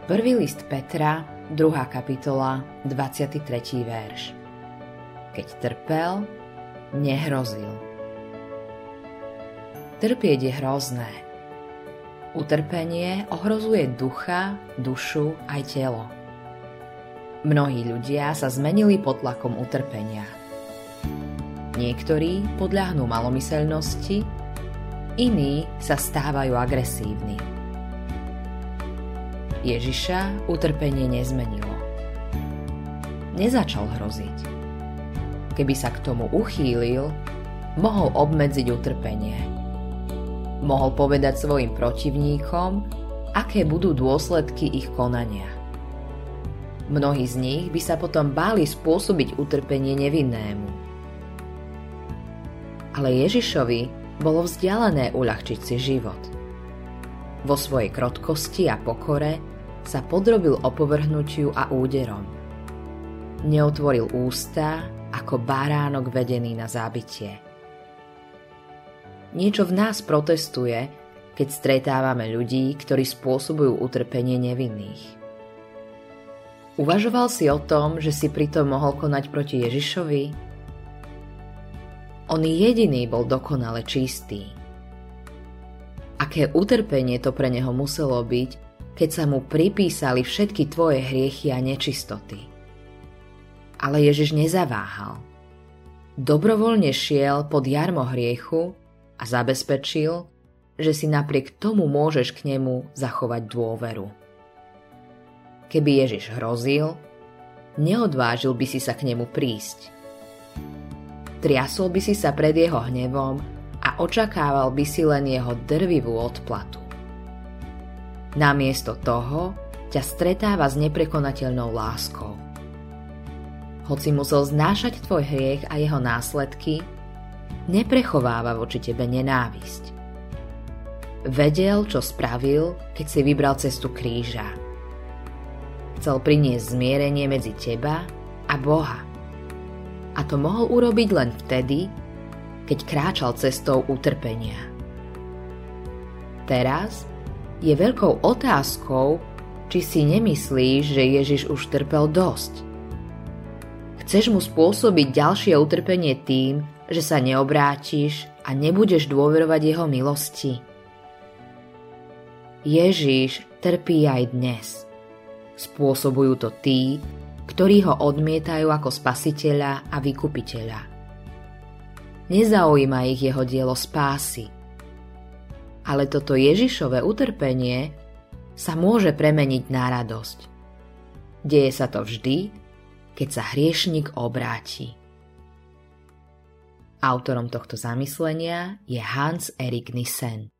Prvý list Petra, 2. kapitola, 23. verš. Keď trpel, nehrozil. Trpieť je hrozné. Utrpenie ohrozuje ducha, dušu aj telo. Mnohí ľudia sa zmenili pod tlakom utrpenia. Niektorí podľahnú malomyseľnosti, iní sa stávajú agresívni. Ježiša utrpenie nezmenilo. Nezačal hroziť. Keby sa k tomu uchýlil, mohol obmedziť utrpenie. Mohol povedať svojim protivníkom, aké budú dôsledky ich konania. Mnohí z nich by sa potom báli spôsobiť utrpenie nevinnému. Ale Ježišovi bolo vzdialené uľahčiť si život. Vo svojej krotkosti a pokore sa podrobil opovrhnutiu a úderom. Neotvoril ústa ako baránok vedený na zábitie. Niečo v nás protestuje, keď stretávame ľudí, ktorí spôsobujú utrpenie nevinných. Uvažoval si o tom, že si pritom mohol konať proti Ježišovi? On jediný bol dokonale čistý. Aké utrpenie to pre neho muselo byť, keď sa mu pripísali všetky tvoje hriechy a nečistoty. Ale Ježiš nezaváhal. Dobrovoľne šiel pod jarmo hriechu a zabezpečil, že si napriek tomu môžeš k nemu zachovať dôveru. Keby Ježiš hrozil, neodvážil by si sa k nemu prísť. Triasol by si sa pred jeho hnevom a očakával by si len jeho drvivú odplatu. Namiesto toho ťa stretáva s neprekonateľnou láskou. Hoci musel znášať tvoj hriech a jeho následky, neprechováva voči tebe nenávisť. Vedel, čo spravil, keď si vybral cestu kríža. Chcel priniesť zmierenie medzi teba a Boha. A to mohol urobiť len vtedy, keď kráčal cestou utrpenia. Teraz je veľkou otázkou, či si nemyslíš, že Ježiš už trpel dosť. Chceš mu spôsobiť ďalšie utrpenie tým, že sa neobrátiš a nebudeš dôverovať jeho milosti? Ježiš trpí aj dnes. Spôsobujú to tí, ktorí ho odmietajú ako spasiteľa a vykupiteľa. Nezaujíma ich jeho dielo spásy. Ale toto Ježišové utrpenie sa môže premeniť na radosť. Deje sa to vždy, keď sa hriešnik obráti. Autorom tohto zamyslenia je Hans Erik Nissen.